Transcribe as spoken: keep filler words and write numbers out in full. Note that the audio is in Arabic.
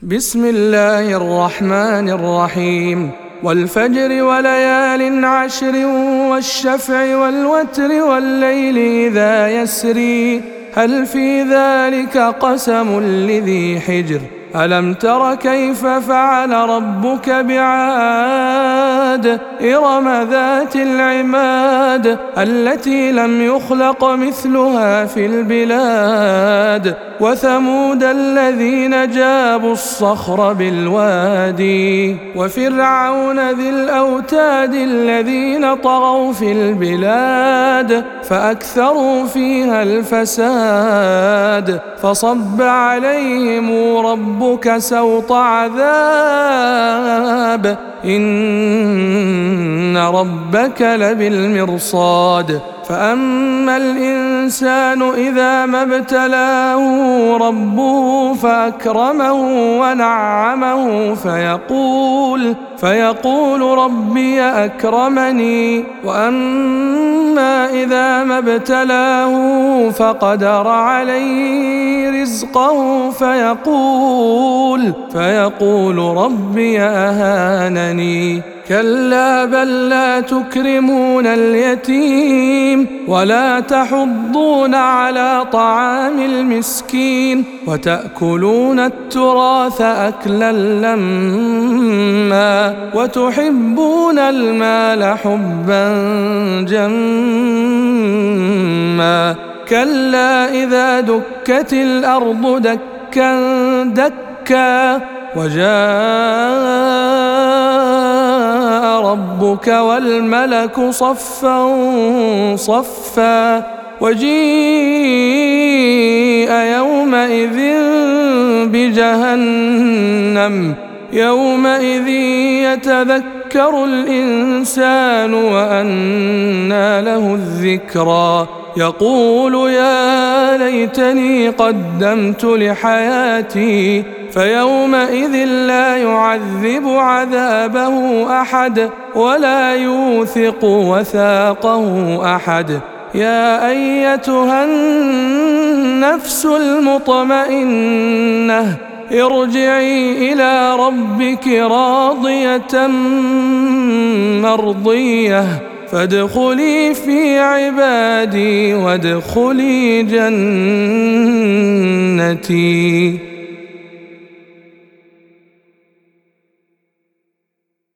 بسم الله الرحمن الرحيم والفجر وليال عشر والشفع والوتر والليل إذا يسري هل في ذلك قسم لذي حجر ألم تر كيف فعل ربك بعاد إرم ذات العماد التي لم يخلق مثلها في البلاد وثمود الذين جابوا الصخر بالوادي وفرعون ذي الأوتاد الذين طغوا في البلاد فأكثروا فيها الفساد فصب عليهم ربك سوط عذاب إن ربك لبالمرصاد فأما الإنسان إذا ما ابتلاه ربه فأكرمه ونعمه فيقول فيقول ربي أكرمني وأما إذا ما ابتلاه فقدر عليه رزقه فيقول فيقول ربي أهانني كلا بل لا تكرمون اليتيم ولا تحضون على طعام المسكين وتأكلون التراث أكلا لما وتحبون المال حبا جما كلا إذا دكت الأرض دكا دكا وجاء ربك والملك صفا صفا وجيء يومئذ بجهنم يومئذ يتذكر الإنسان وأنى له الذكرى يقول يا ليتني قدمت لحياتي فيومئذ لا يعذب عذابه أحد ولا يوثق وثاقه أحد يا أيتها النفس المطمئنة ارجعي إلى ربك راضية مرضية فادخلي في عبادي وادخلي جنتي.